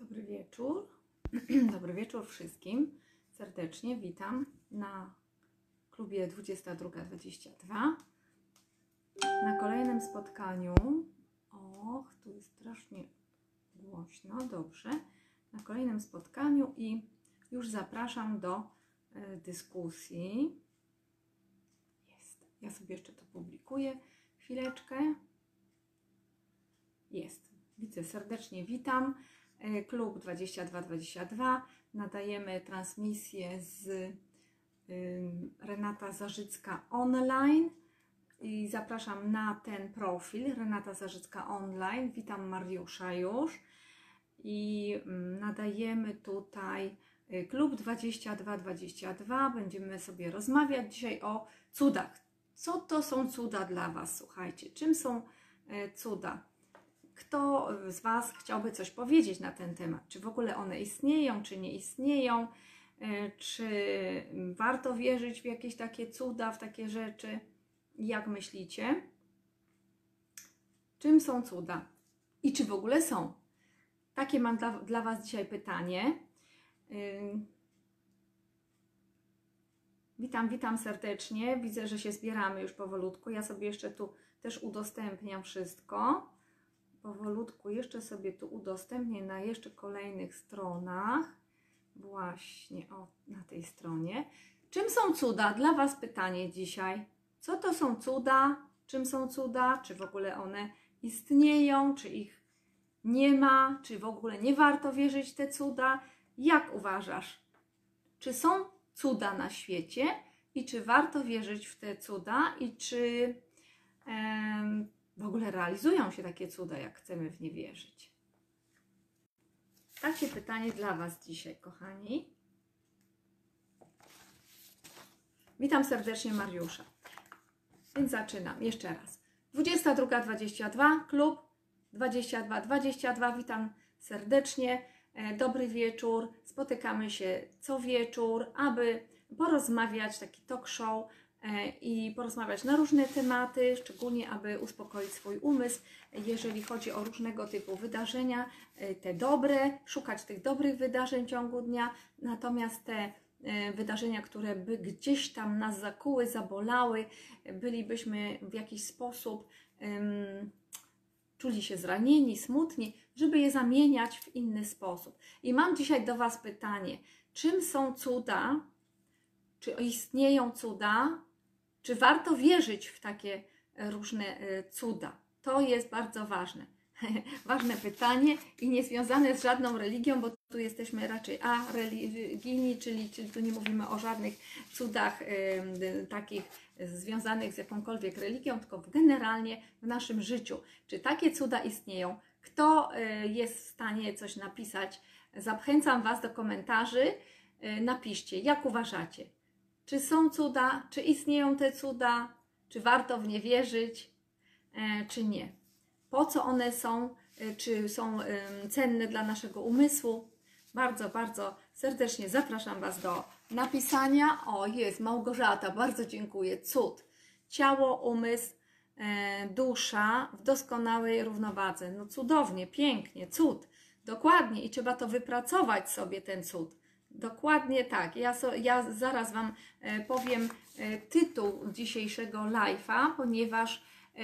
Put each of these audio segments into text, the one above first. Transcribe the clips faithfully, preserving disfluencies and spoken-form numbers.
Dobry wieczór. Dobry wieczór wszystkim. Serdecznie witam na klubie dwudziesta druga dwadzieścia dwa. Na kolejnym spotkaniu. Och, tu jest strasznie głośno. Dobrze. Na kolejnym spotkaniu i już zapraszam do y, dyskusji. Jest. Ja sobie jeszcze to publikuję. Chwileczkę. Jest. Widzę, serdecznie witam. Klub dwadzieścia dwa dwadzieścia dwa. Nadajemy transmisję z y, Renata Zarzycka Online i zapraszam na ten profil Renata Zarzycka Online. Witam Mariusza już i y, nadajemy tutaj y, Klub dwadzieścia dwa dwadzieścia dwa. Będziemy sobie rozmawiać dzisiaj o cudach. Co to są cuda dla Was? Słuchajcie, czym są y, cuda? Kto z Was chciałby coś powiedzieć na ten temat? Czy w ogóle one istnieją, czy nie istnieją? Czy warto wierzyć w jakieś takie cuda, w takie rzeczy? Jak myślicie? Czym są cuda? I czy w ogóle są? Takie mam dla, dla Was dzisiaj pytanie. Yy... Witam, witam serdecznie. Widzę, że się zbieramy już powolutku. Ja sobie jeszcze tu też udostępniam wszystko. Powolutku jeszcze sobie tu udostępnię na jeszcze kolejnych stronach. Właśnie o, na tej stronie. Czym są cuda? Dla Was pytanie dzisiaj. Co to są cuda? Czym są cuda? Czy w ogóle one istnieją? Czy ich nie ma? Czy w ogóle nie warto wierzyć w te cuda? Jak uważasz? Czy są cuda na świecie? I czy warto wierzyć w te cuda? I czy... Em, w ogóle realizują się takie cuda, jak chcemy w nie wierzyć? Takie pytanie dla Was dzisiaj, kochani. Witam serdecznie Mariusza. Więc zaczynam jeszcze raz. dwudziesta druga dwadzieścia dwa, klub dwadzieścia dwa dwadzieścia dwa. Witam serdecznie. Dobry wieczór. Spotykamy się co wieczór, aby porozmawiać, taki talk show, i porozmawiać na różne tematy, szczególnie aby uspokoić swój umysł, jeżeli chodzi o różnego typu wydarzenia, te dobre, szukać tych dobrych wydarzeń w ciągu dnia, natomiast te wydarzenia, które by gdzieś tam nas zakuły, zabolały, bylibyśmy w jakiś sposób um, czuli się zranieni, smutni, żeby je zamieniać w inny sposób. I mam dzisiaj do Was pytanie, czym są cuda? Czy istnieją cuda? Czy warto wierzyć w takie różne cuda? To jest bardzo ważne. Ważne pytanie i niezwiązane z żadną religią, bo tu jesteśmy raczej areligijni, czyli, czyli tu nie mówimy o żadnych cudach y, takich związanych z jakąkolwiek religią, tylko generalnie w naszym życiu. Czy takie cuda istnieją? Kto y, jest w stanie coś napisać? Zachęcam Was do komentarzy. Y, napiszcie, jak uważacie? Czy są cuda? Czy istnieją te cuda? Czy warto w nie wierzyć? E, czy nie? Po co one są? E, czy są e, cenne dla naszego umysłu? Bardzo, bardzo serdecznie zapraszam Was do napisania. O, jest Małgorzata, bardzo dziękuję. Cud. Ciało, umysł, e, dusza w doskonałej równowadze. No cudownie, pięknie, cud. Dokładnie i trzeba to wypracować sobie, ten cud. Dokładnie tak. Ja, so, ja zaraz Wam e, powiem e, tytuł dzisiejszego live'a, ponieważ e,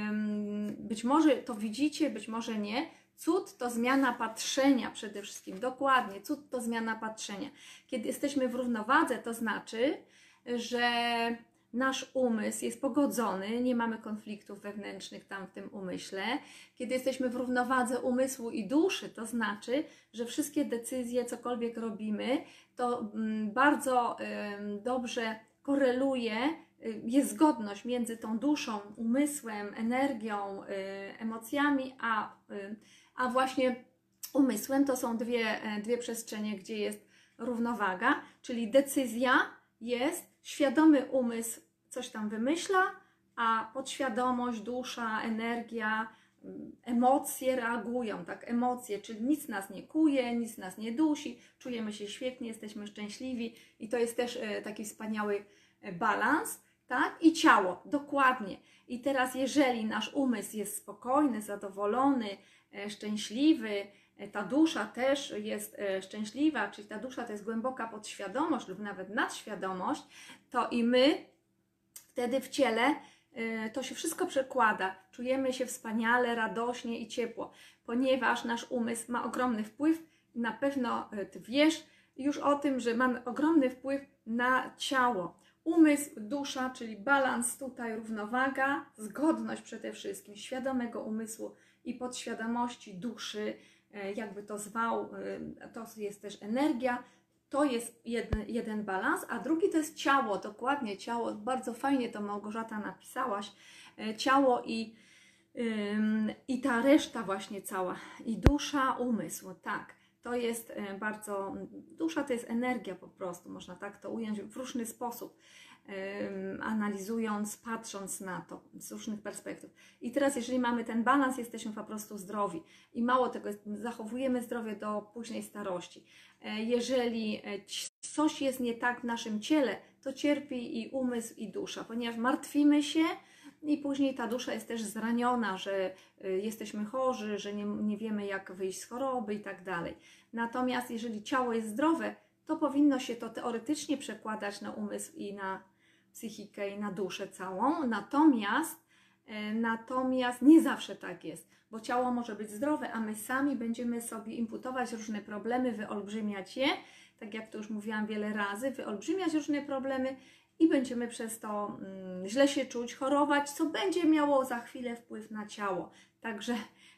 być może to widzicie, być może nie. Cud to zmiana patrzenia przede wszystkim. Dokładnie. Cud to zmiana patrzenia. Kiedy jesteśmy w równowadze, to znaczy, że nasz umysł jest pogodzony, nie mamy konfliktów wewnętrznych tam w tym umyśle. Kiedy jesteśmy w równowadze umysłu i duszy, to znaczy, że wszystkie decyzje, cokolwiek robimy, to bardzo dobrze koreluje, jest zgodność między tą duszą, umysłem, energią, emocjami, a, a właśnie umysłem. To są dwie, dwie przestrzenie, gdzie jest równowaga, czyli decyzja jest, świadomy umysł coś tam wymyśla, a podświadomość, dusza, energia, emocje reagują, tak, emocje, czyli nic nas nie kuje, nic nas nie dusi, czujemy się świetnie, jesteśmy szczęśliwi i to jest też taki wspaniały balans, tak, i ciało, dokładnie. I teraz jeżeli nasz umysł jest spokojny, zadowolony, szczęśliwy, ta dusza też jest szczęśliwa, czyli ta dusza to jest głęboka podświadomość lub nawet nadświadomość, to i my wtedy w ciele to się wszystko przekłada. Czujemy się wspaniale, radośnie i ciepło, ponieważ nasz umysł ma ogromny wpływ. Na pewno Ty wiesz już o tym, że mamy ogromny wpływ na ciało. Umysł, dusza, czyli balans tutaj, równowaga, zgodność przede wszystkim świadomego umysłu i podświadomości duszy, jakby to zwał, to jest też energia. To jest jeden, jeden balans, a drugi to jest ciało, dokładnie ciało. Bardzo fajnie to Małgorzata napisałaś. Ciało i, ym, i ta reszta właśnie cała. I dusza, umysł, tak. To jest bardzo, dusza to jest energia po prostu, można tak to ująć w różny sposób, ym, analizując, patrząc na to z różnych perspektyw. I teraz jeżeli mamy ten balans, jesteśmy po prostu zdrowi. I mało tego, zachowujemy zdrowie do późnej starości. Jeżeli coś jest nie tak w naszym ciele, to cierpi i umysł, i dusza, ponieważ martwimy się i później ta dusza jest też zraniona, że jesteśmy chorzy, że nie, nie wiemy jak wyjść z choroby i tak dalej. Natomiast jeżeli ciało jest zdrowe, to powinno się to teoretycznie przekładać na umysł i na psychikę i na duszę całą, natomiast, natomiast nie zawsze tak jest. Bo ciało może być zdrowe, a my sami będziemy sobie imputować różne problemy, wyolbrzymiać je, tak jak to już mówiłam wiele razy, wyolbrzymiać różne problemy i będziemy przez to mm, źle się czuć, chorować, co będzie miało za chwilę wpływ na ciało. Także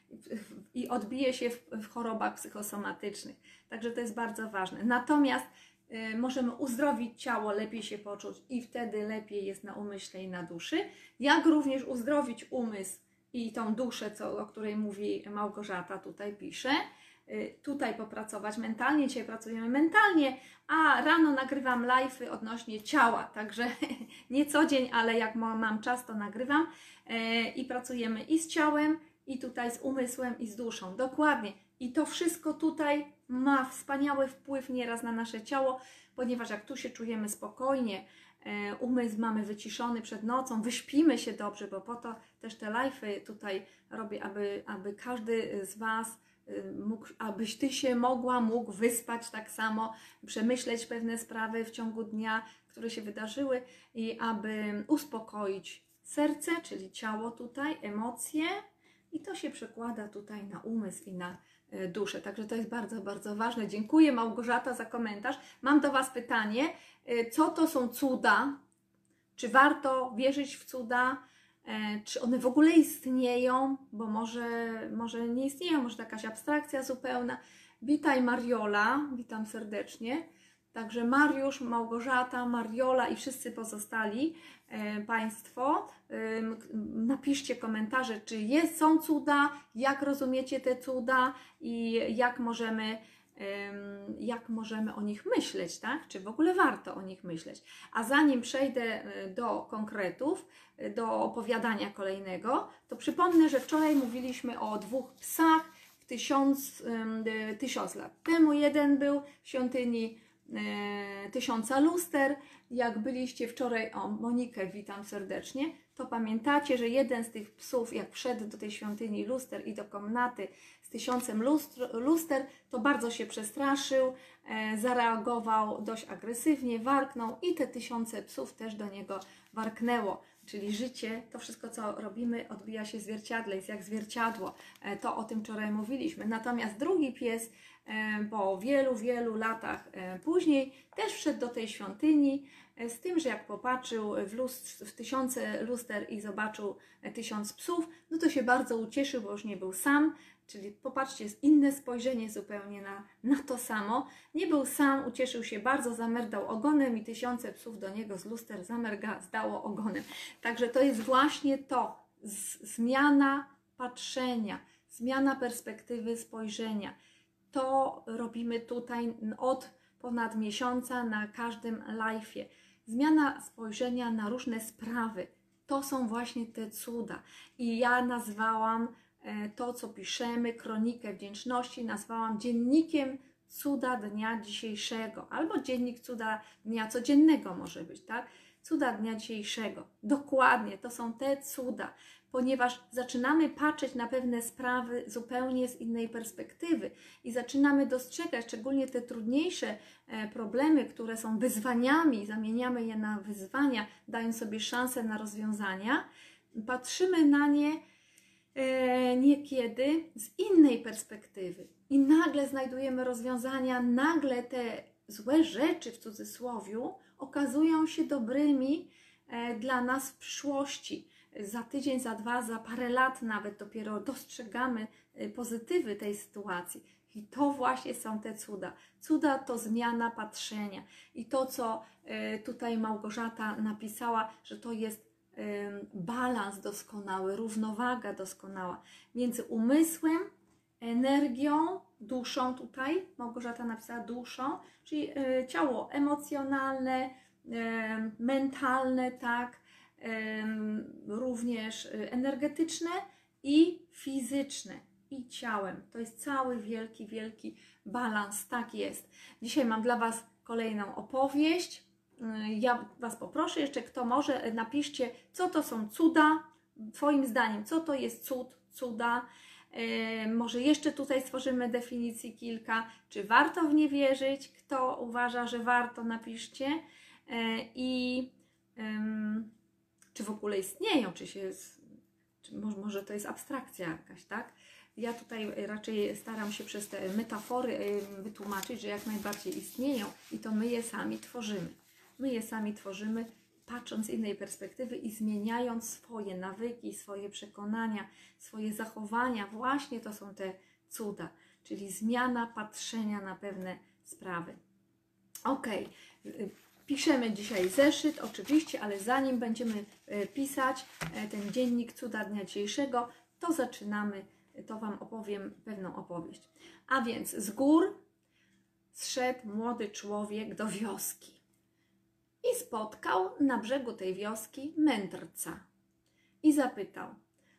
i odbije się w, w chorobach psychosomatycznych. Także to jest bardzo ważne. Natomiast y, możemy uzdrowić ciało, lepiej się poczuć i wtedy lepiej jest na umyśle i na duszy. Jak również uzdrowić umysł i tą duszę, co, o której mówi Małgorzata, tutaj pisze. Tutaj popracować mentalnie, dzisiaj pracujemy mentalnie, a rano nagrywam live'y odnośnie ciała, także nie co dzień, ale jak mam czas, to nagrywam i pracujemy i z ciałem, i tutaj z umysłem, i z duszą, dokładnie. I to wszystko tutaj ma wspaniały wpływ nieraz na nasze ciało, ponieważ jak tu się czujemy spokojnie, umysł mamy wyciszony przed nocą, wyśpimy się dobrze, bo po to też te live'y tutaj robię, aby, aby każdy z Was mógł, abyś Ty się mogła, mógł wyspać tak samo, przemyśleć pewne sprawy w ciągu dnia, które się wydarzyły i aby uspokoić serce, czyli ciało tutaj, emocje i to się przekłada tutaj na umysł i na duszę. Także to jest bardzo, bardzo ważne. Dziękuję Małgorzata za komentarz. Mam do Was pytanie, co to są cuda? Czy warto wierzyć w cuda? Czy one w ogóle istnieją? Bo może, może nie istnieją, może to jakaś abstrakcja zupełna. Witaj Mariola, witam serdecznie. Także Mariusz, Małgorzata, Mariola i wszyscy pozostali e, Państwo, e, napiszcie komentarze, czy jest, są cuda, jak rozumiecie te cuda i jak możemy, e, jak możemy o nich myśleć, tak? Czy w ogóle warto o nich myśleć. A zanim przejdę do konkretów, do opowiadania kolejnego, to przypomnę, że wczoraj mówiliśmy o dwóch psach w tysiąc, tysiąc lat temu. Jeden był w świątyni Tysiąca Luster. Jak byliście wczoraj, o Monikę witam serdecznie, to pamiętacie, że jeden z tych psów, jak wszedł do tej świątyni Luster i do komnaty z tysiącem lustr, luster, to bardzo się przestraszył, e, zareagował dość agresywnie, warknął i te tysiące psów też do niego warknęło. Czyli życie, to wszystko co robimy odbija się w zwierciadle, jest jak zwierciadło. E, to o tym wczoraj mówiliśmy. Natomiast drugi pies po wielu, wielu latach później też wszedł do tej świątyni, z tym, że jak popatrzył w, lustr, w tysiące luster i zobaczył tysiąc psów, no to się bardzo ucieszył, bo już nie był sam, czyli popatrzcie, jest inne spojrzenie zupełnie na, na to samo. Nie był sam, ucieszył się bardzo, zamerdał ogonem i tysiące psów do niego z luster zamerdało ogonem. Także to jest właśnie to, z, zmiana patrzenia, zmiana perspektywy spojrzenia. To robimy tutaj od ponad miesiąca na każdym live'ie. Zmiana spojrzenia na różne sprawy. To są właśnie te cuda. I ja nazwałam to, co piszemy, kronikę wdzięczności, nazwałam dziennikiem cuda dnia dzisiejszego. Albo dziennik cuda dnia codziennego może być, tak? Cuda dnia dzisiejszego. Dokładnie, to są te cuda. ponieważ zaczynamy patrzeć na pewne sprawy zupełnie z innej perspektywy i zaczynamy dostrzegać, szczególnie te trudniejsze problemy, które są wyzwaniami, zamieniamy je na wyzwania, dając sobie szansę na rozwiązania, patrzymy na nie e, niekiedy z innej perspektywy i nagle znajdujemy rozwiązania, nagle te złe rzeczy w cudzysłowiu okazują się dobrymi e, dla nas w przyszłości. Za tydzień, za dwa, za parę lat nawet dopiero dostrzegamy pozytywy tej sytuacji. I to właśnie są te cuda. Cuda to zmiana patrzenia. I to, co tutaj Małgorzata napisała, że to jest balans doskonały, równowaga doskonała między umysłem, energią, duszą tutaj, Małgorzata napisała duszą, czyli ciało emocjonalne, mentalne, tak, również energetyczne i fizyczne, i ciałem. To jest cały wielki, wielki balans, tak jest. Dzisiaj mam dla Was kolejną opowieść. Ja Was poproszę jeszcze, kto może, napiszcie, co to są cuda, Twoim zdaniem, co to jest cud, cuda. Może jeszcze tutaj stworzymy definicji kilka, czy warto w nie wierzyć, kto uważa, że warto, napiszcie. I czy w ogóle istnieją, czy się, czy może to jest abstrakcja jakaś, tak? Ja tutaj raczej staram się przez te metafory wytłumaczyć, że jak najbardziej istnieją i to my je sami tworzymy. My je sami tworzymy, patrząc z innej perspektywy i zmieniając swoje nawyki, swoje przekonania, swoje zachowania. Właśnie to są te cuda, czyli zmiana patrzenia na pewne sprawy. Ok. Piszemy dzisiaj zeszyt, oczywiście, ale zanim będziemy pisać ten dziennik cuda dnia dzisiejszego, to zaczynamy, to Wam opowiem pewną opowieść. A więc z gór zszedł młody człowiek do wioski i spotkał na brzegu tej wioski mędrca i zapytał: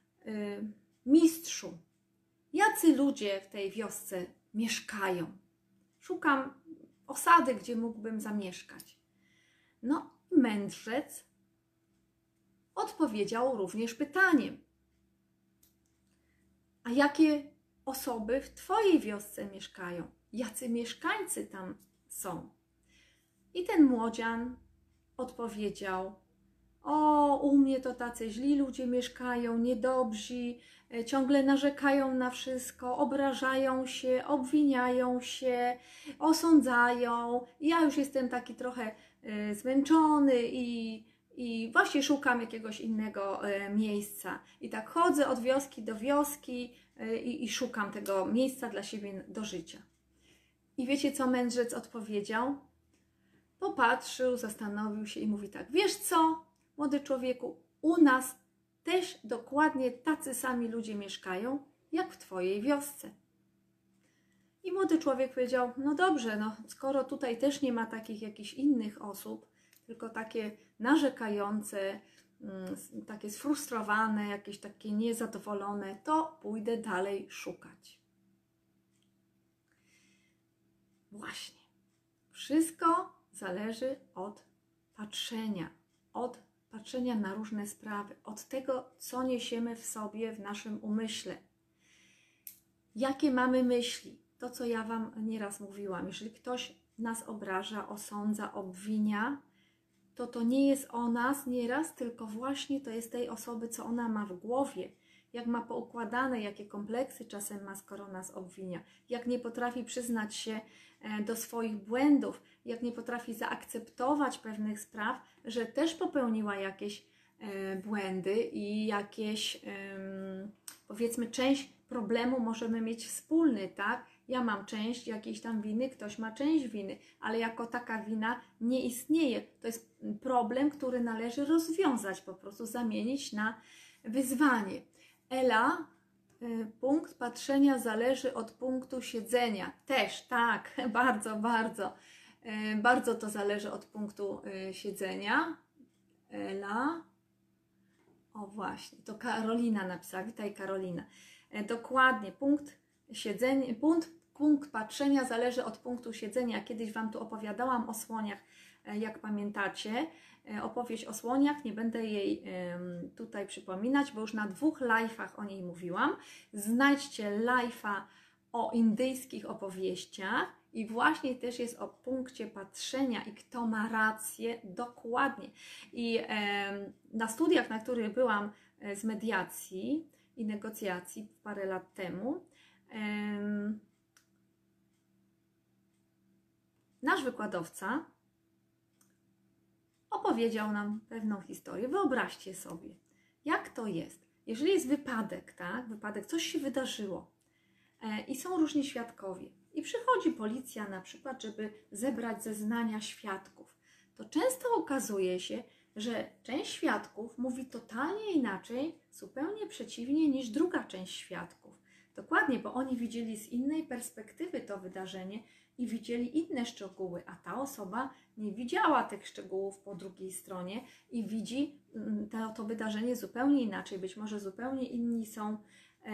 mistrzu, jacy ludzie w tej wiosce mieszkają? Szukam osady, gdzie mógłbym zamieszkać. No, mędrzec odpowiedział również pytaniem: a jakie osoby w Twojej wiosce mieszkają? Jacy mieszkańcy tam są? I ten młodzian odpowiedział: o, u mnie to tacy źli ludzie mieszkają, niedobrzy, ciągle narzekają na wszystko, obrażają się, obwiniają się, osądzają. Ja już jestem taki trochę y, zmęczony i, i właśnie szukam jakiegoś innego y, miejsca. I tak chodzę od wioski do wioski y, i szukam tego miejsca dla siebie do życia. I wiecie, co mędrzec odpowiedział? Popatrzył, zastanowił się i mówi tak: wiesz co, młody człowieku, u nas też dokładnie tacy sami ludzie mieszkają, jak w Twojej wiosce. I młody człowiek powiedział: no dobrze, no skoro tutaj też nie ma takich jakichś innych osób, tylko takie narzekające, takie sfrustrowane, jakieś takie niezadowolone, to pójdę dalej szukać. Właśnie. Wszystko zależy od patrzenia, od patrzenia na różne sprawy, od tego, co niesiemy w sobie, w naszym umyśle. Jakie mamy myśli? To, co ja Wam nieraz mówiłam. Jeżeli ktoś nas obraża, osądza, obwinia, to to nie jest o nas nieraz, tylko właśnie to jest tej osoby, co ona ma w głowie. Jak ma poukładane, jakie kompleksy czasem ma, skoro nas obwinia. Jak nie potrafi przyznać się do swoich błędów, jak nie potrafi zaakceptować pewnych spraw, że też popełniła jakieś e, błędy i jakieś, e, powiedzmy, część problemu możemy mieć wspólny, tak? Ja mam część jakiejś tam winy, ktoś ma część winy, ale jako taka wina nie istnieje. To jest problem, który należy rozwiązać, po prostu zamienić na wyzwanie. Ela, punkt patrzenia zależy od punktu siedzenia. Też, tak, bardzo, bardzo. Bardzo to zależy od punktu siedzenia. Ela. O właśnie, to Karolina napisała. Witaj, Karolina. Dokładnie, punkt siedzenia, punkt, punkt patrzenia zależy od punktu siedzenia. Kiedyś Wam tu opowiadałam o słoniach, jak pamiętacie, opowieść o słoniach. Nie będę jej tutaj przypominać, bo już na dwóch live'ach o niej mówiłam. Znajdźcie live'a o indyjskich opowieściach i właśnie też jest o punkcie patrzenia i kto ma rację dokładnie. I na studiach, na których byłam z mediacji i negocjacji parę lat temu, nasz wykładowca opowiedział nam pewną historię. Wyobraźcie sobie, jak to jest, jeżeli jest wypadek, tak? Wypadek, coś się wydarzyło e, i są różni świadkowie i przychodzi policja na przykład, żeby zebrać zeznania świadków, to często okazuje się, że część świadków mówi totalnie inaczej, zupełnie przeciwnie niż druga część świadków. Dokładnie, bo oni widzieli z innej perspektywy to wydarzenie i widzieli inne szczegóły, a ta osoba nie widziała tych szczegółów po drugiej stronie i widzi to, to wydarzenie zupełnie inaczej. Być może zupełnie inni są um,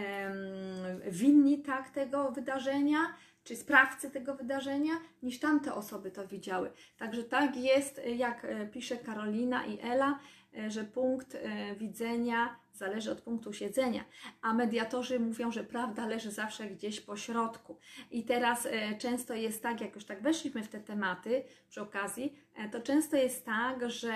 winni tak tego wydarzenia, czy sprawcy tego wydarzenia, niż tamte osoby to widziały. Także tak jest, jak pisze Karolina i Ela, że punkt widzenia zależy od punktu siedzenia, a mediatorzy mówią, że prawda leży zawsze gdzieś po środku. I teraz często jest tak, jak już tak weszliśmy w te tematy przy okazji, to często jest tak, że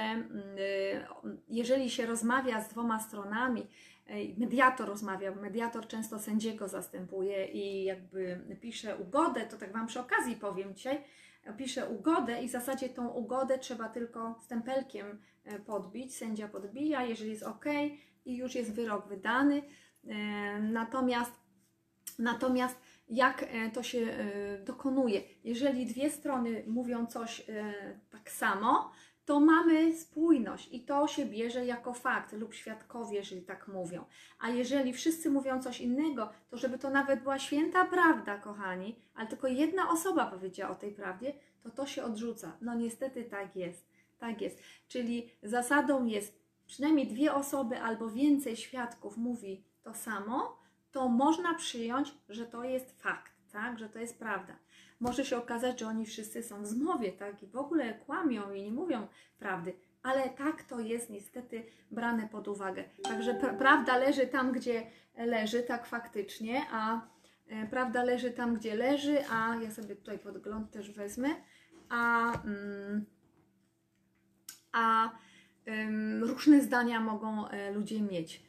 jeżeli się rozmawia z dwoma stronami, mediator rozmawia, mediator często sędziego zastępuje i jakby pisze ugodę, to tak Wam przy okazji powiem dzisiaj, pisze ugodę i w zasadzie tą ugodę trzeba tylko stempelkiem podbić, sędzia podbija, jeżeli jest ok i już jest wyrok wydany. Natomiast, natomiast jak to się dokonuje? Jeżeli dwie strony mówią coś tak samo, to mamy spójność i to się bierze jako fakt lub świadkowie, jeżeli tak mówią. A jeżeli wszyscy mówią coś innego, to żeby to nawet była święta prawda, kochani, ale tylko jedna osoba powiedziała o tej prawdzie, to to się odrzuca. No niestety tak jest, tak jest. Czyli zasadą jest przynajmniej dwie osoby albo więcej świadków mówi to samo, to można przyjąć, że to jest fakt, tak, że to jest prawda. Może się okazać, że oni wszyscy są w zmowie, tak, i w ogóle kłamią i nie mówią prawdy, ale tak to jest niestety brane pod uwagę. Także pra prawda leży tam, gdzie leży, tak faktycznie, a e, prawda leży tam, gdzie leży, a ja sobie tutaj podgląd też wezmę, a, mm, a ym, różne zdania mogą e, ludzie mieć.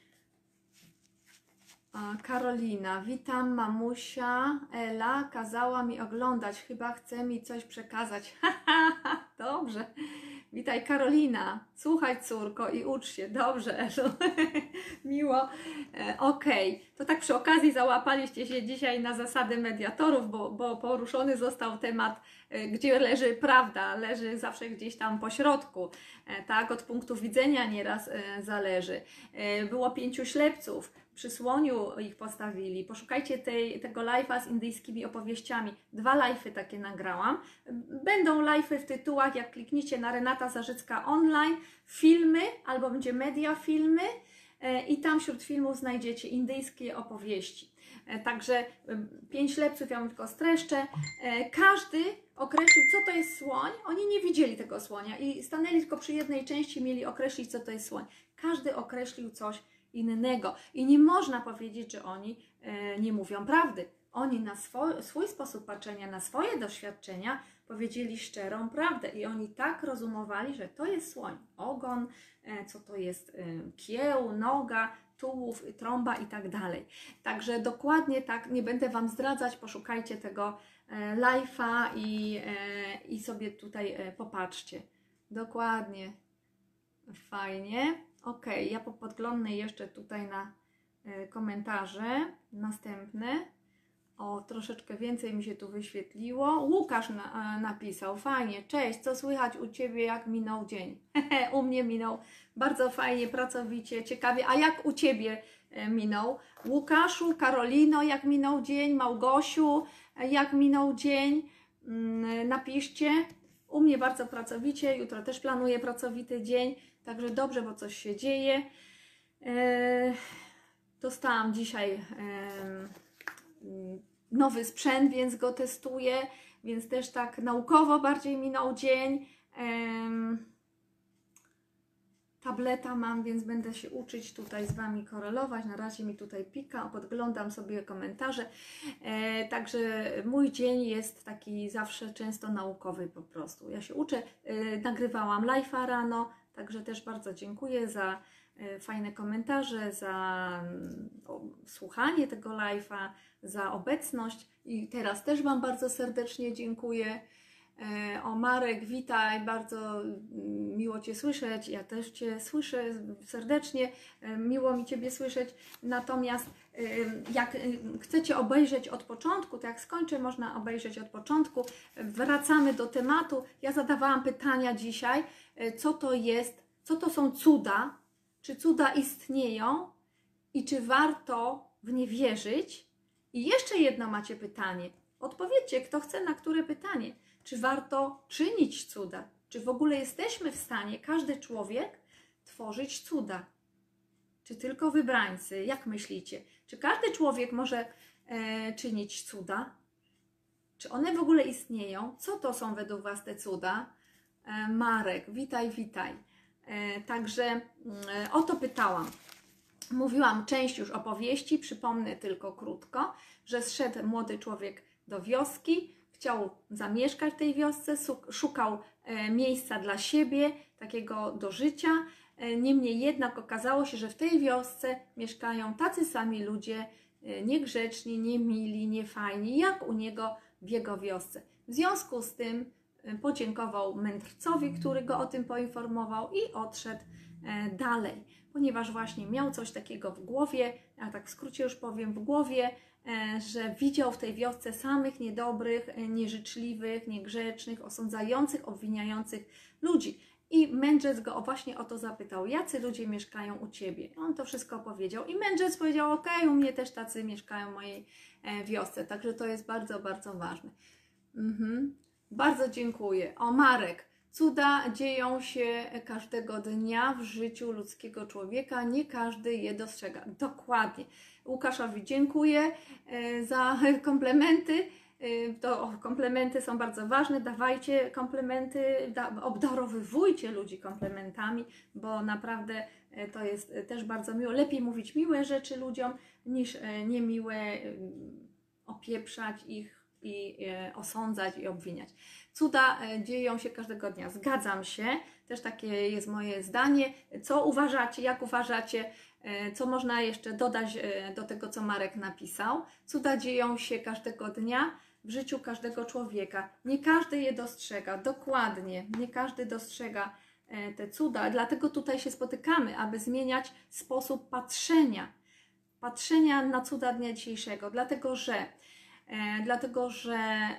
Karolina, witam, mamusia Ela kazała mi oglądać, chyba chce mi coś przekazać. Dobrze, witaj Karolina, słuchaj córko i ucz się, dobrze Elu, miło, e, okej, okay. To tak przy okazji załapaliście się dzisiaj na zasady mediatorów, bo, bo poruszony został temat, e, gdzie leży prawda, leży zawsze gdzieś tam po środku, e, tak, od punktu widzenia nieraz e, zależy. E, było pięciu ślepców, przy słoniu ich postawili. Poszukajcie tej, tego live'a z indyjskimi opowieściami. Dwa live'y takie nagrałam. Będą live'y w tytułach, jak klikniecie na Renata Zarzycka online, filmy, albo będzie media filmy i tam wśród filmów znajdziecie indyjskie opowieści. Także pięć ślepców, ja wam tylko streszczę. Każdy określił, co to jest słoń. Oni nie widzieli tego słonia i stanęli tylko przy jednej części, mieli określić, co to jest słoń. Każdy określił coś innego. I nie można powiedzieć, że oni e, nie mówią prawdy. Oni na swój, swój sposób patrzenia, na swoje doświadczenia powiedzieli szczerą prawdę. I oni tak rozumowali, że to jest słoń, ogon, e, co to jest e, kieł, noga, tułów, trąba i tak dalej. Także dokładnie tak, nie będę Wam zdradzać, poszukajcie tego e, live'a i, e, i sobie tutaj e, popatrzcie. Dokładnie. Fajnie. Ok, ja podglądnę jeszcze tutaj na y, komentarze następne. O, troszeczkę więcej mi się tu wyświetliło. Łukasz na, y, napisał, fajnie, cześć, co słychać u Ciebie, jak minął dzień? U mnie minął bardzo fajnie, pracowicie, ciekawie. A jak u Ciebie y, minął? Łukaszu, Karolino, jak minął dzień? Małgosiu, y, jak minął dzień? Y, napiszcie. U mnie bardzo pracowicie, jutro też planuję pracowity dzień. Także dobrze, bo coś się dzieje. E, dostałam dzisiaj e, nowy sprzęt, więc go testuję, więc też tak naukowo bardziej minął dzień. Tableta mam, więc będę się uczyć tutaj z Wami korelować. Na razie mi tutaj pika, podglądam sobie komentarze. E, także mój dzień jest taki zawsze często naukowy po prostu. Ja się uczę, e, nagrywałam live'a rano, także też bardzo dziękuję za e, fajne komentarze, za o, słuchanie tego live'a, za obecność i teraz też Wam bardzo serdecznie dziękuję. O Marek, witaj, bardzo miło Cię słyszeć, ja też Cię słyszę serdecznie, miło mi Ciebie słyszeć, natomiast jak chcecie obejrzeć od początku, to jak skończę, można obejrzeć od początku, wracamy do tematu. Ja zadawałam pytania dzisiaj, co to jest, co to są cuda, czy cuda istnieją i czy warto w nie wierzyć? I jeszcze jedno macie pytanie, odpowiedzcie, kto chce na które pytanie. Czy warto czynić cuda? Czy w ogóle jesteśmy w stanie, każdy człowiek, tworzyć cuda? Czy tylko wybrańcy? Jak myślicie? Czy każdy człowiek może e, czynić cuda? Czy one w ogóle istnieją? Co to są według Was te cuda? E, Marek, witaj, witaj. E, także e, o to pytałam. Mówiłam część już opowieści, przypomnę tylko krótko, że zszedł młody człowiek do wioski, chciał zamieszkać w tej wiosce, szukał miejsca dla siebie, takiego do życia. Niemniej jednak okazało się, że w tej wiosce mieszkają tacy sami ludzie, niegrzeczni, niemili, niefajni, jak u niego w jego wiosce. W związku z tym podziękował mędrcowi, który go o tym poinformował i odszedł dalej, ponieważ właśnie miał coś takiego w głowie, ja tak w skrócie już powiem, w głowie, że widział w tej wiosce samych niedobrych, nieżyczliwych, niegrzecznych, osądzających, obwiniających ludzi. I mędrzec go właśnie o to zapytał, jacy ludzie mieszkają u Ciebie? On to wszystko powiedział i mędrzec powiedział, ok, u mnie też tacy mieszkają w mojej wiosce, także to jest bardzo, bardzo ważne. Mhm. Bardzo dziękuję. O, Marek, cuda dzieją się każdego dnia w życiu ludzkiego człowieka, nie każdy je dostrzega. Dokładnie. Łukaszowi dziękuję za komplementy. To komplementy są bardzo ważne, dawajcie komplementy, obdarowywujcie ludzi komplementami, bo naprawdę to jest też bardzo miło. Lepiej mówić miłe rzeczy ludziom, niż niemiłe, opieprzać ich i osądzać i obwiniać. Cuda dzieją się każdego dnia, zgadzam się, też takie jest moje zdanie. Co uważacie, jak uważacie, co można jeszcze dodać do tego, co Marek napisał? Cuda dzieją się każdego dnia w życiu każdego człowieka. Nie każdy je dostrzega, dokładnie, nie każdy dostrzega te cuda, dlatego tutaj się spotykamy, aby zmieniać sposób patrzenia, patrzenia na cuda dnia dzisiejszego, dlatego że E, dlatego, że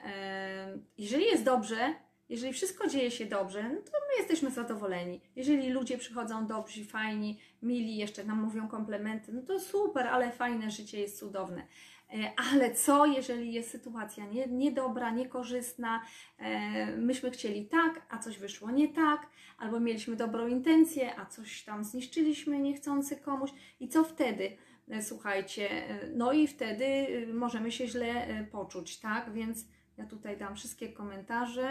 e, jeżeli jest dobrze, jeżeli wszystko dzieje się dobrze, no to my jesteśmy zadowoleni. Jeżeli ludzie przychodzą dobrzy, fajni, mili, jeszcze nam mówią komplementy, no to super, ale fajne życie jest cudowne. E, ale co, jeżeli jest sytuacja nie, niedobra, niekorzystna, e, myśmy chcieli tak, a coś wyszło nie tak, albo mieliśmy dobrą intencję, a coś tam zniszczyliśmy niechcący komuś i co wtedy? Słuchajcie, no i wtedy możemy się źle poczuć, tak? Więc ja tutaj dam wszystkie komentarze.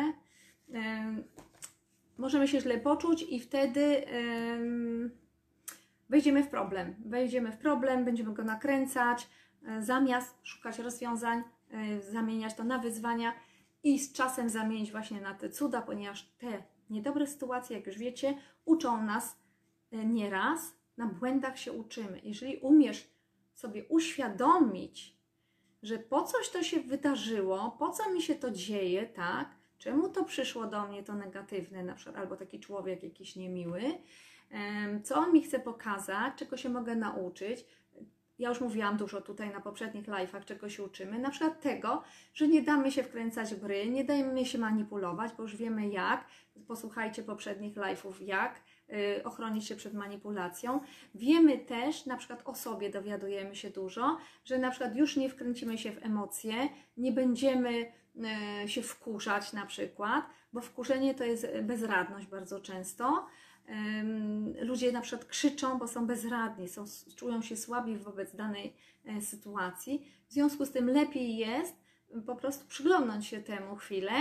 Możemy się źle poczuć i wtedy wejdziemy w problem. Wejdziemy w problem, będziemy go nakręcać, zamiast szukać rozwiązań, zamieniać to na wyzwania i z czasem zamienić właśnie na te cuda, ponieważ te niedobre sytuacje, jak już wiecie, uczą nas nieraz. Na błędach się uczymy. Jeżeli umiesz sobie uświadomić, że po coś to się wydarzyło, po co mi się to dzieje, tak? Czemu to przyszło do mnie, to negatywne na przykład, albo taki człowiek jakiś niemiły, co on mi chce pokazać, czego się mogę nauczyć. Ja już mówiłam dużo tutaj na poprzednich live'ach, czego się uczymy, na przykład tego, że nie damy się wkręcać w gry, nie dajmy się manipulować, bo już wiemy jak, posłuchajcie poprzednich live'ów jak, ochronić się przed manipulacją. Wiemy też, na przykład o sobie dowiadujemy się dużo, że na przykład już nie wkręcimy się w emocje, nie będziemy się wkurzać na przykład, bo wkurzenie to jest bezradność bardzo często. Ludzie na przykład krzyczą, bo są bezradni, są, czują się słabi wobec danej sytuacji. W związku z tym lepiej jest po prostu przyglądnąć się temu chwilę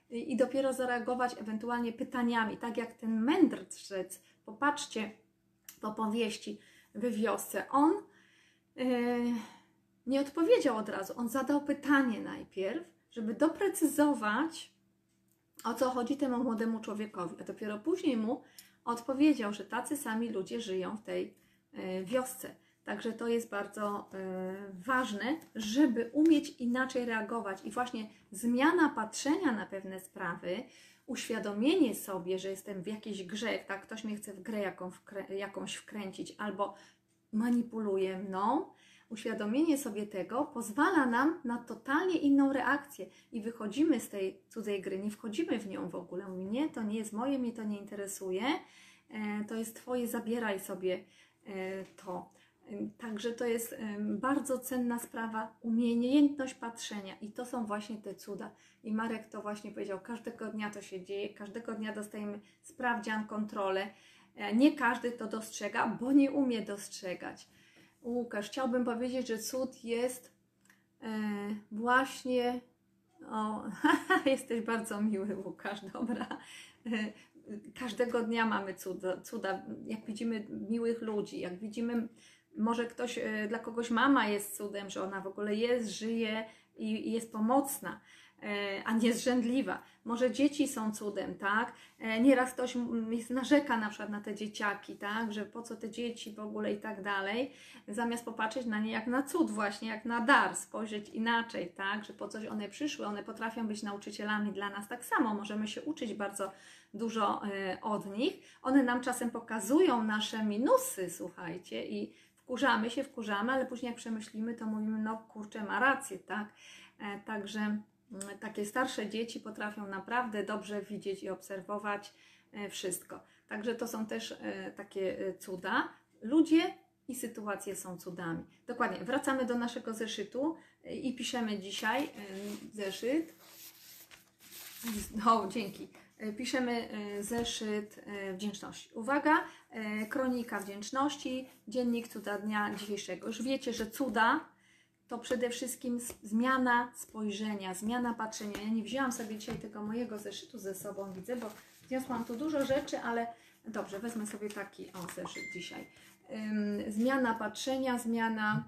i dopiero zareagować ewentualnie pytaniami, tak jak ten mędrzec, popatrzcie po powieści we wiosce, on yy, nie odpowiedział od razu, on zadał pytanie najpierw, żeby doprecyzować, o co chodzi temu młodemu człowiekowi, a dopiero później mu odpowiedział, że tacy sami ludzie żyją w tej yy, wiosce. Także to jest bardzo y, ważne, żeby umieć inaczej reagować i właśnie zmiana patrzenia na pewne sprawy, uświadomienie sobie, że jestem w jakiejś grze, tak, ktoś mnie chce w grę jaką wkrę jakąś wkręcić albo manipuluje mną, uświadomienie sobie tego pozwala nam na totalnie inną reakcję i wychodzimy z tej cudzej gry, nie wchodzimy w nią w ogóle, mówimy, nie, to nie jest moje, mnie to nie interesuje, e, to jest Twoje, zabieraj sobie e, to. Także to jest bardzo cenna sprawa, umiejętność patrzenia i to są właśnie te cuda. I Marek to właśnie powiedział, każdego dnia to się dzieje, każdego dnia dostajemy sprawdzian, kontrolę. Nie każdy to dostrzega, bo nie umie dostrzegać. Łukasz, chciałbym powiedzieć, że cud jest właśnie... O, jesteś bardzo miły, Łukasz, dobra. Każdego dnia mamy cuda, cuda, jak widzimy miłych ludzi, jak widzimy... Może ktoś, dla kogoś mama jest cudem, że ona w ogóle jest, żyje i jest pomocna, a nie zrzędliwa. Może dzieci są cudem, tak? Nieraz ktoś jest, narzeka na przykład na te dzieciaki, tak? Że po co te dzieci w ogóle i tak dalej, zamiast popatrzeć na nie jak na cud właśnie, jak na dar, spojrzeć inaczej, tak? Że po coś one przyszły, one potrafią być nauczycielami dla nas tak samo, możemy się uczyć bardzo dużo od nich. One nam czasem pokazują nasze minusy, słuchajcie, i wkurzamy się, wkurzamy, ale później jak przemyślimy, to mówimy, no kurczę, ma rację, tak? E, także m, takie starsze dzieci potrafią naprawdę dobrze widzieć i obserwować e, wszystko. Także to są też e, takie e, cuda. Ludzie i sytuacje są cudami. Dokładnie, wracamy do naszego zeszytu e, i piszemy dzisiaj e, zeszyt. O, dzięki. Piszemy zeszyt wdzięczności. Uwaga, kronika wdzięczności, dziennik cuda dnia dzisiejszego. Już wiecie, że cuda to przede wszystkim zmiana spojrzenia, zmiana patrzenia. Ja nie wzięłam sobie dzisiaj tego mojego zeszytu ze sobą, widzę, bo wniosłam tu dużo rzeczy, ale dobrze, wezmę sobie taki o, zeszyt dzisiaj. Zmiana patrzenia, zmiana...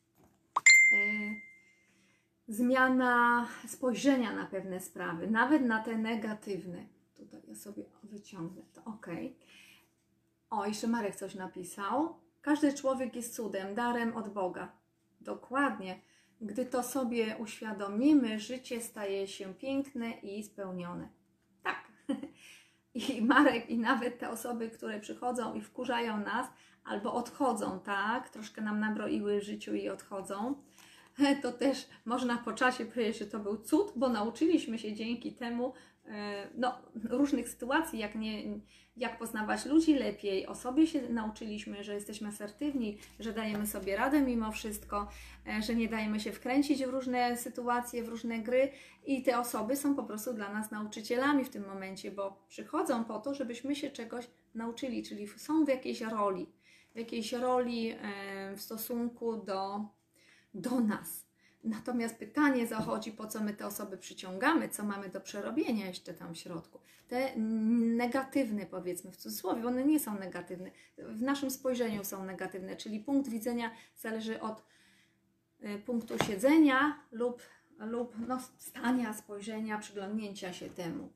Zmiana spojrzenia na pewne sprawy, nawet na te negatywne. Tutaj ja sobie wyciągnę to, ok. O, jeszcze Marek coś napisał. Każdy człowiek jest cudem, darem od Boga. Dokładnie. Gdy to sobie uświadomimy, życie staje się piękne i spełnione. Tak. I Marek, i nawet te osoby, które przychodzą i wkurzają nas, albo odchodzą, tak? Troszkę nam nabroiły w życiu i odchodzą. To też można po czasie powiedzieć, że to był cud, bo nauczyliśmy się dzięki temu no, różnych sytuacji, jak, nie, jak poznawać ludzi lepiej, o sobie się nauczyliśmy, że jesteśmy asertywni, że dajemy sobie radę mimo wszystko, że nie dajemy się wkręcić w różne sytuacje, w różne gry i te osoby są po prostu dla nas nauczycielami w tym momencie, bo przychodzą po to, żebyśmy się czegoś nauczyli, czyli są w jakiejś roli, w jakiejś roli w stosunku do do nas. Natomiast pytanie zachodzi, po co my te osoby przyciągamy, co mamy do przerobienia jeszcze tam w środku. Te negatywne, powiedzmy w cudzysłowie, one nie są negatywne, w naszym spojrzeniu są negatywne, czyli punkt widzenia zależy od y, punktu siedzenia lub, lub no, stania, spojrzenia, przyglądnięcia się temu.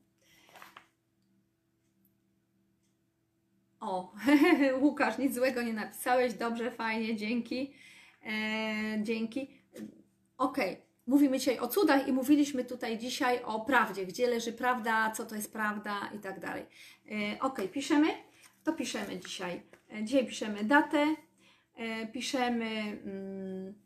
O, Łukasz, nic złego nie napisałeś, dobrze, fajnie, dzięki. E, dzięki. Ok, mówimy dzisiaj o cudach i mówiliśmy tutaj dzisiaj o prawdzie, gdzie leży prawda, co to jest prawda i tak dalej. E, ok, piszemy? To piszemy dzisiaj. E, dzisiaj piszemy datę, e, piszemy... Mm,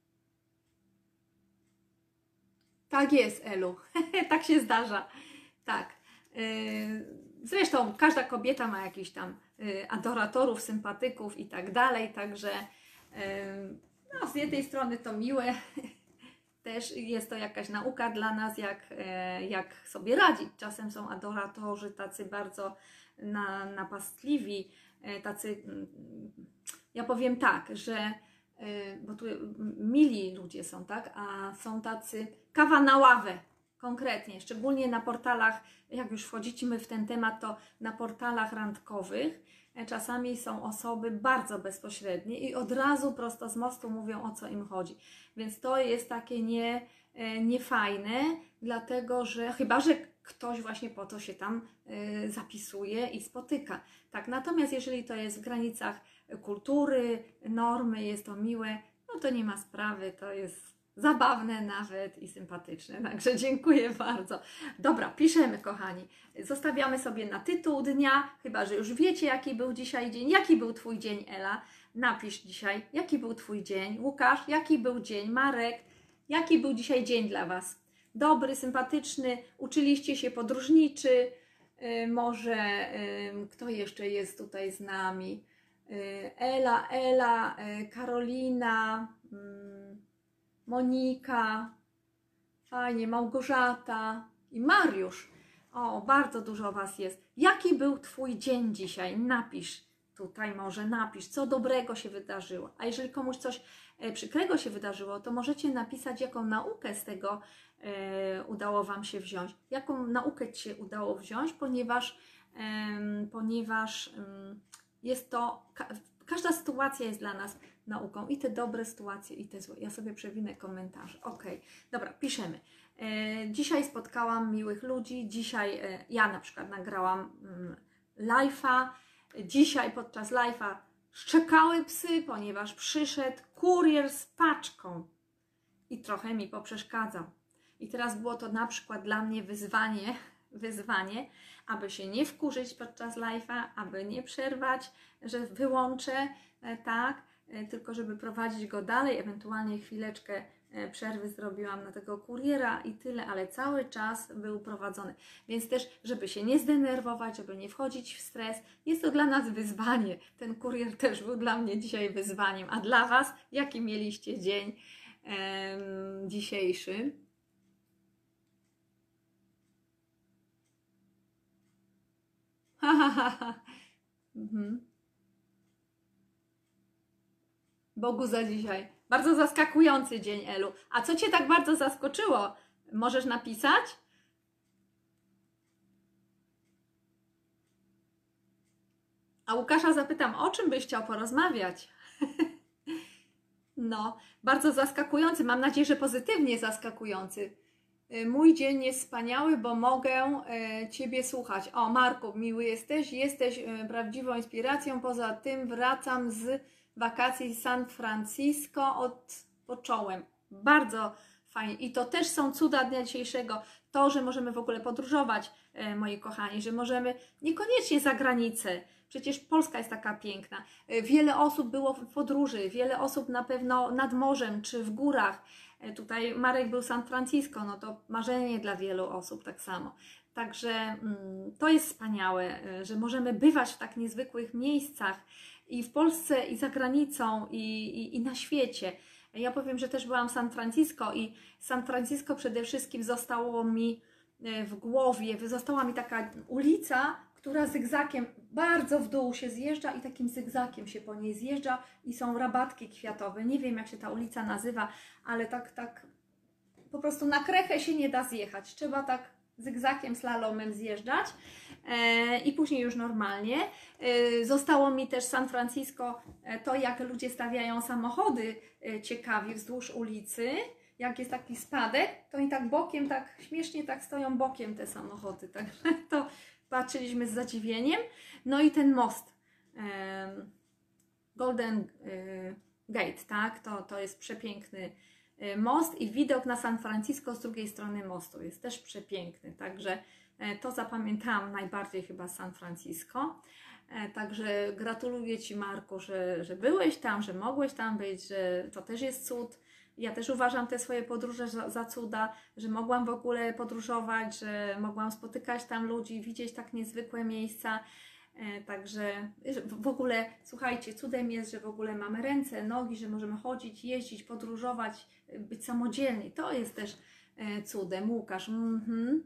tak jest, Elu, tak się zdarza. Tak. E, zresztą każda kobieta ma jakichś tam e, adoratorów, sympatyków i tak dalej, także... E, No, z jednej strony to miłe, też jest to jakaś nauka dla nas, jak, jak sobie radzić. Czasem są adoratorzy tacy bardzo na, napastliwi, tacy, ja powiem tak, że, bo tu mili ludzie są, tak, a są tacy kawa na ławę, konkretnie, szczególnie na portalach, jak już wchodzimy w ten temat, to na portalach randkowych czasami są osoby bardzo bezpośrednie i od razu prosto z mostu mówią, o co im chodzi. Więc to jest takie nie, niefajne, dlatego że chyba, że ktoś właśnie po to się tam y, zapisuje i spotyka. Tak, natomiast jeżeli to jest w granicach kultury, normy, jest to miłe, no to nie ma sprawy, to jest zabawne nawet i sympatyczne. Także dziękuję bardzo. Dobra, piszemy, kochani. Zostawiamy sobie na tytuł dnia, chyba że już wiecie, jaki był dzisiaj dzień. Jaki był Twój dzień, Ela? Napisz dzisiaj, jaki był Twój dzień. Łukasz, jaki był dzień? Marek, jaki był dzisiaj dzień dla Was? Dobry, sympatyczny, uczyliście się podróżniczy, yy, może yy, kto jeszcze jest tutaj z nami? Yy, Ela, Ela, yy, Karolina, yy, Monika, fajnie, Małgorzata i Mariusz. O, bardzo dużo Was jest. Jaki był Twój dzień dzisiaj? Napisz tutaj, może napisz, co dobrego się wydarzyło. A jeżeli komuś coś e, przykrego się wydarzyło, to możecie napisać, jaką naukę z tego e, udało Wam się wziąć. Jaką naukę Ci się udało wziąć, ponieważ, e, ponieważ e, jest to, ka każda sytuacja jest dla nas nauką. I te dobre sytuacje, i te złe. Ja sobie przewinę komentarze. Ok, dobra, piszemy. E, dzisiaj spotkałam miłych ludzi. Dzisiaj e, ja na przykład nagrałam mm, live'a. Dzisiaj podczas live'a szczekały psy, ponieważ przyszedł kurier z paczką i trochę mi poprzeszkadzał. I teraz było to na przykład dla mnie wyzwanie, wyzwanie, aby się nie wkurzyć podczas live'a, aby nie przerwać, że wyłączę, e, tak, e, tylko żeby prowadzić go dalej, ewentualnie chwileczkę e, przerwy zrobiłam na tego kuriera i tyle, ale cały czas był prowadzony. Więc też, żeby się nie zdenerwować, żeby nie wchodzić w stres, jest to dla nas wyzwanie. Ten kurier też był dla mnie dzisiaj wyzwaniem. A dla Was, jaki mieliście dzień em, dzisiejszy? Ha, ha, ha, ha. Mhm. Bogu za dzisiaj. Bardzo zaskakujący dzień, Elu. A co Cię tak bardzo zaskoczyło? Możesz napisać? A Łukasza zapytam, o czym byś chciał porozmawiać? No, bardzo zaskakujący. Mam nadzieję, że pozytywnie zaskakujący. Mój dzień jest wspaniały, bo mogę e, Ciebie słuchać. O, Marku, miły jesteś, jesteś e, prawdziwą inspiracją. Poza tym wracam z wakacji z San Francisco, odpocząłem. Bardzo fajnie. I to też są cuda dnia dzisiejszego. To, że możemy w ogóle podróżować, e, moi kochani, że możemy niekoniecznie za granicę. Przecież Polska jest taka piękna. E, wiele osób było w podróży, wiele osób na pewno nad morzem czy w górach. Tutaj Marek był w San Francisco, no to marzenie dla wielu osób tak samo. Także mm, to jest wspaniałe, że możemy bywać w tak niezwykłych miejscach i w Polsce, i za granicą, i, i, i na świecie. Ja powiem, że też byłam w San Francisco i San Francisco przede wszystkim zostało mi w głowie, została mi taka ulica, która zygzakiem bardzo w dół się zjeżdża i takim zygzakiem się po niej zjeżdża i są rabatki kwiatowe. Nie wiem, jak się ta ulica nazywa, ale tak, tak po prostu na krechę się nie da zjechać. Trzeba tak zygzakiem, slalomem zjeżdżać e, i później już normalnie. E, zostało mi też San Francisco e, to, jak ludzie stawiają samochody e, ciekawie wzdłuż ulicy. Jak jest taki spadek, to oni tak bokiem, tak śmiesznie tak stoją bokiem te samochody. Także to patrzyliśmy z zadziwieniem. No i ten most, um, Golden um, Gate, tak? To, to jest przepiękny most i widok na San Francisco z drugiej strony mostu jest też przepiękny. Także to zapamiętałam najbardziej chyba San Francisco. Także gratuluję Ci, Marku, że, że byłeś tam, że mogłeś tam być, że to też jest cud. Ja też uważam te swoje podróże za, za cuda, że mogłam w ogóle podróżować, że mogłam spotykać tam ludzi, widzieć tak niezwykłe miejsca. E, także w ogóle, słuchajcie, cudem jest, że w ogóle mamy ręce, nogi, że możemy chodzić, jeździć, podróżować, być samodzielni. To jest też e, cudem. Łukasz, mhm.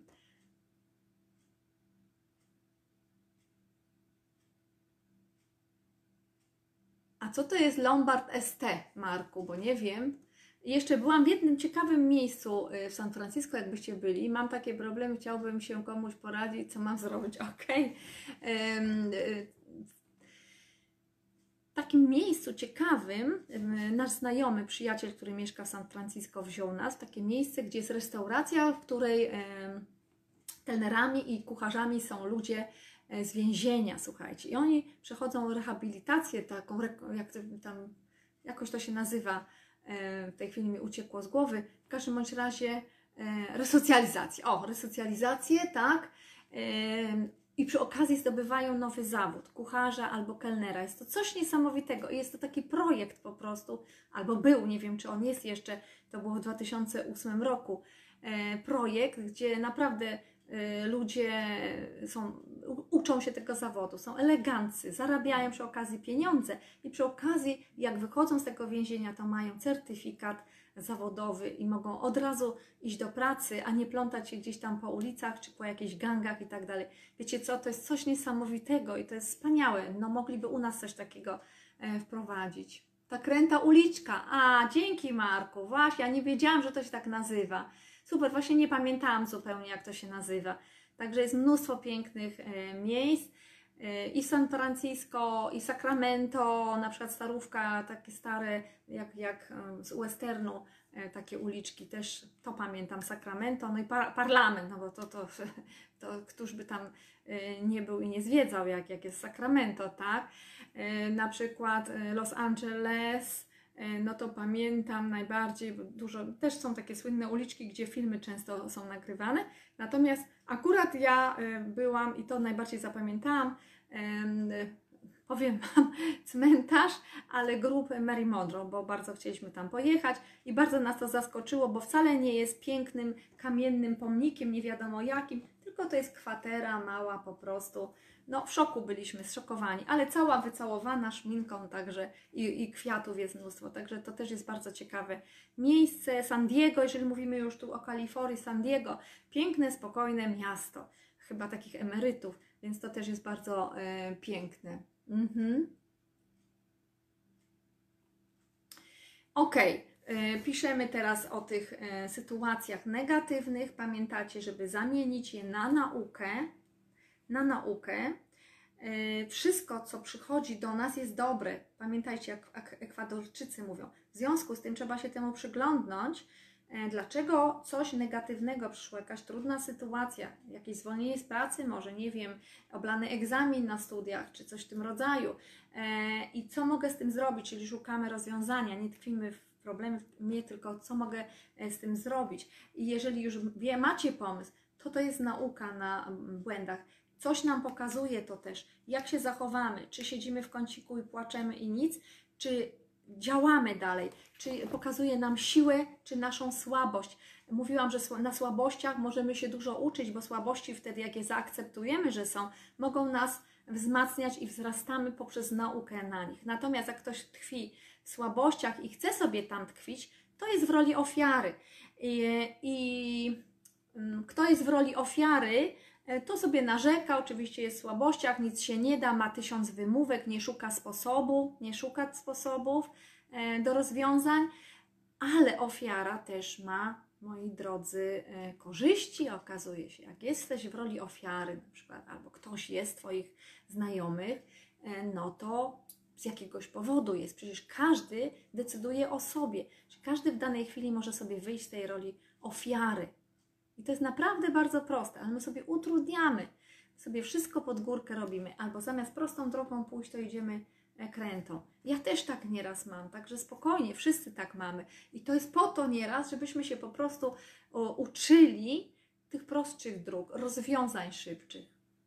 A co to jest Lombard S T, Marku? Bo nie wiem. Jeszcze byłam w jednym ciekawym miejscu w San Francisco, jakbyście byli. Mam takie problemy, chciałbym się komuś poradzić, co mam zrobić. Ok. W takim miejscu ciekawym nasz znajomy, przyjaciel, który mieszka w San Francisco, wziął nas w takie miejsce, gdzie jest restauracja, w której kelnerami i kucharzami są ludzie z więzienia, słuchajcie. I oni przechodzą rehabilitację taką, jak tam, jakoś to się nazywa, w tej chwili mi uciekło z głowy, w każdym bądź razie resocjalizację. O, resocjalizację, tak. I przy okazji zdobywają nowy zawód, kucharza albo kelnera. Jest to coś niesamowitego i jest to taki projekt po prostu, albo był, nie wiem czy on jest jeszcze, to było w dwa tysiące ósmym roku, projekt, gdzie naprawdę ludzie są, uczą się tego zawodu, są eleganccy, zarabiają przy okazji pieniądze i przy okazji jak wychodzą z tego więzienia, to mają certyfikat zawodowy i mogą od razu iść do pracy, a nie plątać się gdzieś tam po ulicach czy po jakichś gangach i tak dalej. Wiecie co, to jest coś niesamowitego i to jest wspaniałe. No mogliby u nas coś takiego e, wprowadzić. Ta kręta uliczka. A, dzięki Marku, właśnie, ja nie wiedziałam, że to się tak nazywa. Super, właśnie nie pamiętałam zupełnie, jak to się nazywa. Także jest mnóstwo pięknych e, miejsc. I San Francisco, i Sacramento, na przykład Starówka, takie stare, jak, jak z westernu, takie uliczki, też to pamiętam, Sacramento, no i par parlament, no bo to, to, to któż by tam nie był i nie zwiedzał, jak, jak jest Sacramento, tak? Na przykład Los Angeles, no to pamiętam najbardziej, bo dużo, też są takie słynne uliczki, gdzie filmy często są nagrywane, natomiast akurat ja byłam i to najbardziej zapamiętałam, powiem Wam, cmentarz, ale grupy Mary Monroe, bo bardzo chcieliśmy tam pojechać i bardzo nas to zaskoczyło, bo wcale nie jest pięknym, kamiennym pomnikiem, nie wiadomo jakim, tylko to jest kwatera mała po prostu. No w szoku byliśmy, zszokowani, ale cała wycałowana szminką także i, i kwiatów jest mnóstwo, także to też jest bardzo ciekawe miejsce. San Diego, jeżeli mówimy już tu o Kalifornii, San Diego, piękne, spokojne miasto, chyba takich emerytów, więc to też jest bardzo e, piękne. Mhm. Ok, e, piszemy teraz o tych e, sytuacjach negatywnych. Pamiętacie, żeby zamienić je na naukę. Na naukę. E, wszystko, co przychodzi do nas, jest dobre. Pamiętajcie, jak Ekwadorczycy mówią. W związku z tym trzeba się temu przyglądnąć. Dlaczego coś negatywnego przyszło, jakaś trudna sytuacja, jakieś zwolnienie z pracy, może, nie wiem, oblany egzamin na studiach, czy coś w tym rodzaju. I co mogę z tym zrobić, czyli szukamy rozwiązania, nie tkwimy w problemie, tylko co mogę z tym zrobić. I jeżeli już wie, macie pomysł, to to jest nauka na błędach. Coś nam pokazuje to też, jak się zachowamy, czy siedzimy w kąciku i płaczemy i nic, czy działamy dalej, czy pokazuje nam siłę, czy naszą słabość. Mówiłam, że na słabościach możemy się dużo uczyć, bo słabości wtedy, jak je zaakceptujemy, że są, mogą nas wzmacniać i wzrastamy poprzez naukę na nich. Natomiast jak ktoś tkwi w słabościach i chce sobie tam tkwić, to jest w roli ofiary. I, i kto jest w roli ofiary, to sobie narzeka, oczywiście jest w słabościach, nic się nie da, ma tysiąc wymówek, nie szuka sposobu, nie szuka sposobów do rozwiązań, ale ofiara też ma, moi drodzy, korzyści. Okazuje się, jak jesteś w roli ofiary na przykład, albo ktoś jest z Twoich znajomych, no to z jakiegoś powodu jest. Przecież każdy decyduje o sobie. Każdy w danej chwili może sobie wyjść z tej roli ofiary. I to jest naprawdę bardzo proste, ale my sobie utrudniamy, sobie wszystko pod górkę robimy, albo zamiast prostą drogą pójść, to idziemy krętą. Ja też tak nieraz mam, także spokojnie, wszyscy tak mamy. I to jest po to nieraz, żebyśmy się po prostu o, uczyli tych prostszych dróg, rozwiązań szybkich.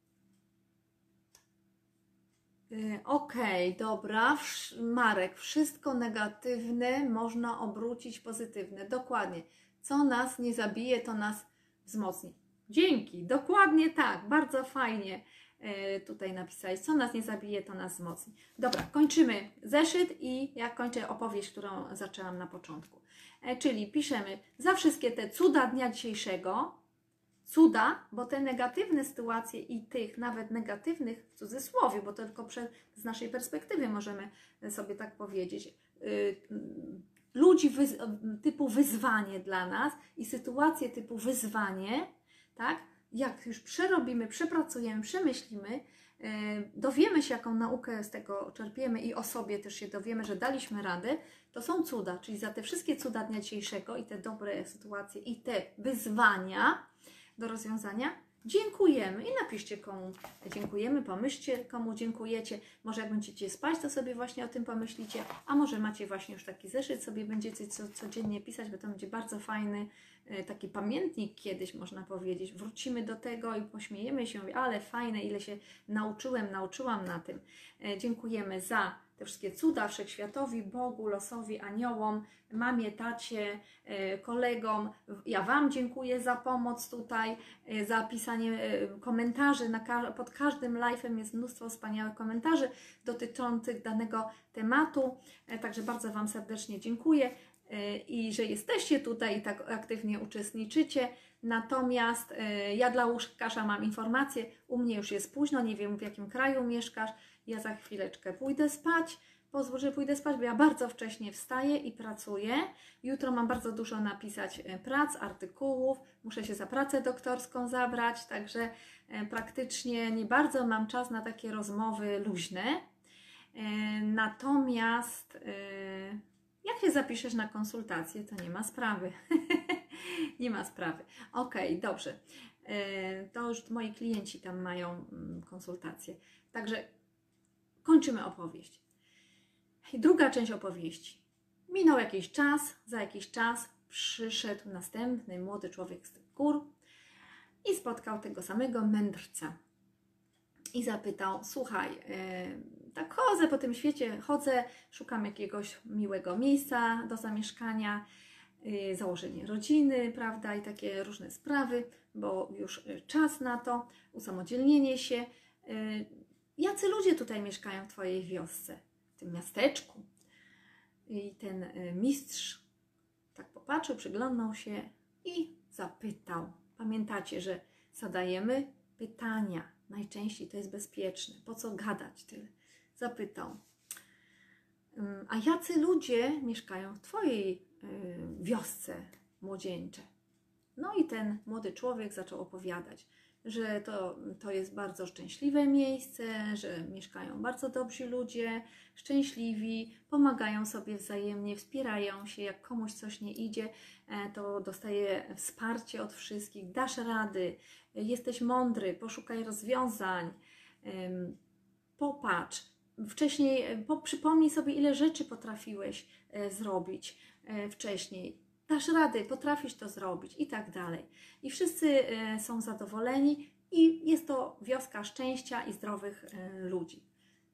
Yy, Okej, okay, dobra, Marek, wszystko negatywne można obrócić pozytywne. Dokładnie. Co nas nie zabije, to nas wzmocni. Dzięki, dokładnie tak, bardzo fajnie e, tutaj napisałeś. Co nas nie zabije, to nas wzmocni. Dobra, kończymy zeszyt i ja kończę opowieść, którą zaczęłam na początku. E, czyli piszemy za wszystkie te cuda dnia dzisiejszego, cuda, bo te negatywne sytuacje i tych nawet negatywnych w cudzysłowie, bo to tylko przed, z naszej perspektywy możemy sobie tak powiedzieć, yy, ludzi wyz typu wyzwanie dla nas i sytuacje typu wyzwanie, tak? Jak już przerobimy, przepracujemy, przemyślimy, yy, dowiemy się, jaką naukę z tego czerpiemy i o sobie też się dowiemy, że daliśmy radę, to są cuda, czyli za te wszystkie cuda dnia dzisiejszego i te dobre sytuacje i te wyzwania do rozwiązania dziękujemy i napiszcie, komu dziękujemy, pomyślcie, komu dziękujecie. Może jak będziecie spać, to sobie właśnie o tym pomyślicie, a może macie właśnie już taki zeszyt, sobie będziecie co, codziennie pisać, bo to będzie bardzo fajny taki pamiętnik kiedyś, można powiedzieć. Wrócimy do tego i pośmiejemy się, ale fajne, ile się nauczyłem, nauczyłam na tym. Dziękujemy za te wszystkie cuda wszechświatowi, Bogu, losowi, aniołom, mamie, tacie, kolegom. Ja Wam dziękuję za pomoc tutaj, za pisanie komentarzy. Na, pod każdym live'em jest mnóstwo wspaniałych komentarzy dotyczących danego tematu. Także bardzo Wam serdecznie dziękuję i że jesteście tutaj i tak aktywnie uczestniczycie. Natomiast ja dla Łukasza mam informację, u mnie już jest późno, nie wiem w jakim kraju mieszkasz. Ja za chwileczkę pójdę spać, pozwól, że pójdę spać, bo ja bardzo wcześnie wstaję i pracuję. Jutro mam bardzo dużo napisać prac, artykułów, muszę się za pracę doktorską zabrać, także praktycznie nie bardzo mam czas na takie rozmowy luźne. Natomiast jak się zapiszesz na konsultację, to nie ma sprawy. Nie ma sprawy. Ok, dobrze. To już moi klienci tam mają konsultacje. Także kończymy opowieść. I druga część opowieści. Minął jakiś czas, za jakiś czas przyszedł następny młody człowiek z tych gór i spotkał tego samego mędrca. I zapytał, słuchaj, yy, tak chodzę po tym świecie, chodzę, szukam jakiegoś miłego miejsca do zamieszkania, yy, założenie rodziny, prawda, i takie różne sprawy, bo już czas na to, usamodzielnienie się. Yy, Jacy ludzie tutaj mieszkają w Twojej wiosce, w tym miasteczku? I ten mistrz tak popatrzył, przyglądał się i zapytał. Pamiętacie, że zadajemy pytania. Najczęściej to jest bezpieczne. Po co gadać tyle? Zapytał. A jacy ludzie mieszkają w Twojej wiosce, młodzieńcze? No i ten młody człowiek zaczął opowiadać, że to, to jest bardzo szczęśliwe miejsce, że mieszkają bardzo dobrzy ludzie, szczęśliwi, pomagają sobie wzajemnie, wspierają się, jak komuś coś nie idzie, to dostaje wsparcie od wszystkich, dasz rady, jesteś mądry, poszukaj rozwiązań, popatrz, wcześniej, po, przypomnij sobie, ile rzeczy potrafiłeś zrobić wcześniej. Dasz rady, potrafisz to zrobić i tak dalej. I wszyscy są zadowoleni i jest to wioska szczęścia i zdrowych ludzi.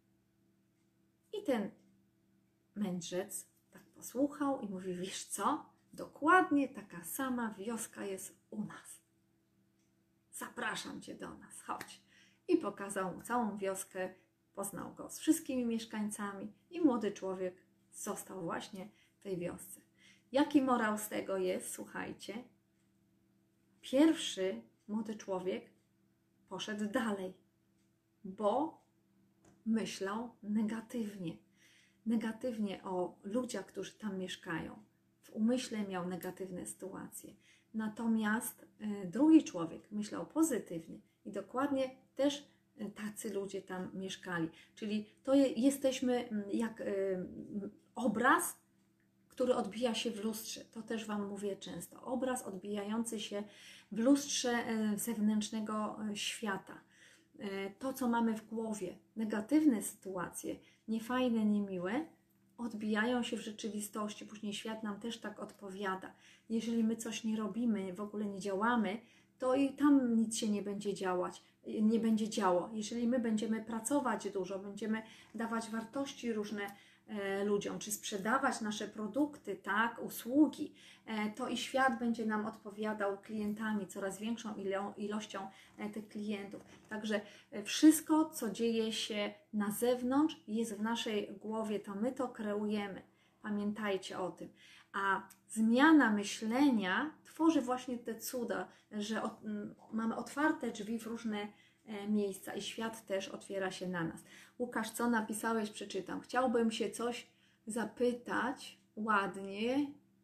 I ten mędrzec tak posłuchał i mówi, wiesz co? Dokładnie taka sama wioska jest u nas. Zapraszam Cię do nas, chodź. I pokazał mu całą wioskę, poznał go z wszystkimi mieszkańcami i młody człowiek został właśnie w tej wiosce. Jaki morał z tego jest? Słuchajcie. Pierwszy młody człowiek poszedł dalej, bo myślał negatywnie. Negatywnie o ludziach, którzy tam mieszkają. W umyśle miał negatywne sytuacje. Natomiast y, drugi człowiek myślał pozytywnie i dokładnie też y, tacy ludzie tam mieszkali. Czyli to je, jesteśmy y, jak y, obraz, który odbija się w lustrze. To też Wam mówię często. Obraz odbijający się w lustrze zewnętrznego świata. To, co mamy w głowie, negatywne sytuacje, niefajne, niemiłe, odbijają się w rzeczywistości. Później świat nam też tak odpowiada. Jeżeli my coś nie robimy, w ogóle nie działamy, to i tam nic się nie będzie działać, nie będzie działo. Jeżeli my będziemy pracować dużo, będziemy dawać wartości różne ludziom, czy sprzedawać nasze produkty, tak, usługi, to i świat będzie nam odpowiadał klientami, coraz większą ilo ilością tych klientów. Także wszystko, co dzieje się na zewnątrz, jest w naszej głowie, to my to kreujemy. Pamiętajcie o tym. A zmiana myślenia tworzy właśnie te cuda, że od, mamy otwarte drzwi w różne miejsca i świat też otwiera się na nas. Łukasz, co napisałeś? Przeczytam. Chciałbym się coś zapytać ładnie.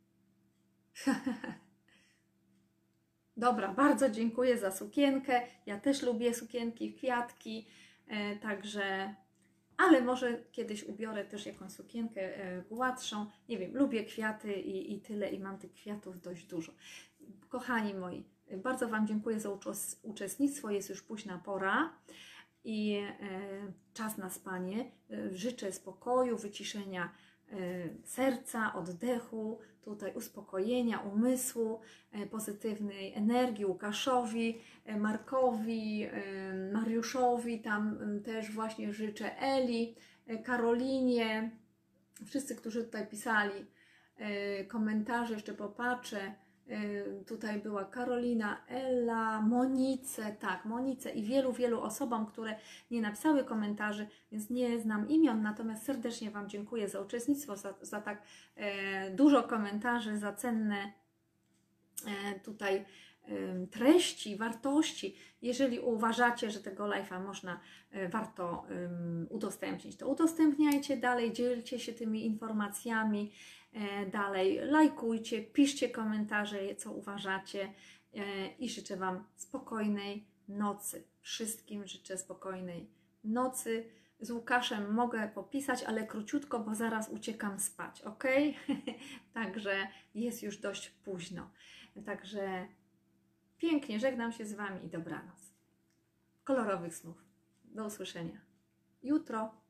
Dobra, bardzo dziękuję za sukienkę. Ja też lubię sukienki, kwiatki, e, także, ale może kiedyś ubiorę też jakąś sukienkę e, gładszą. Nie wiem, lubię kwiaty i, i tyle, i mam tych kwiatów dość dużo. Kochani moi, bardzo Wam dziękuję za uczos- uczestnictwo. Jest już późna pora i e, czas na spanie. E, życzę spokoju, wyciszenia e, serca, oddechu, tutaj uspokojenia umysłu, e, pozytywnej energii Łukaszowi, e, Markowi, e, Mariuszowi, tam e, też właśnie życzę Eli, e, Karolinie, wszyscy, którzy tutaj pisali e, komentarze, jeszcze popatrzę. Tutaj była Karolina, Ela, Monice, tak, Monice i wielu, wielu osobom, które nie napisały komentarzy, więc nie znam imion, natomiast serdecznie Wam dziękuję za uczestnictwo, za, za tak e, dużo komentarzy, za cenne e, tutaj e, treści, wartości. Jeżeli uważacie, że tego live'a można, e, warto e, udostępnić, to udostępniajcie dalej, dzielcie się tymi informacjami. Dalej lajkujcie, piszcie komentarze, co uważacie i życzę Wam spokojnej nocy. Wszystkim życzę spokojnej nocy. Z Łukaszem mogę popisać, ale króciutko, bo zaraz uciekam spać, ok? Także jest już dość późno. Także pięknie żegnam się z Wami i dobranoc. Kolorowych snów. Do usłyszenia jutro.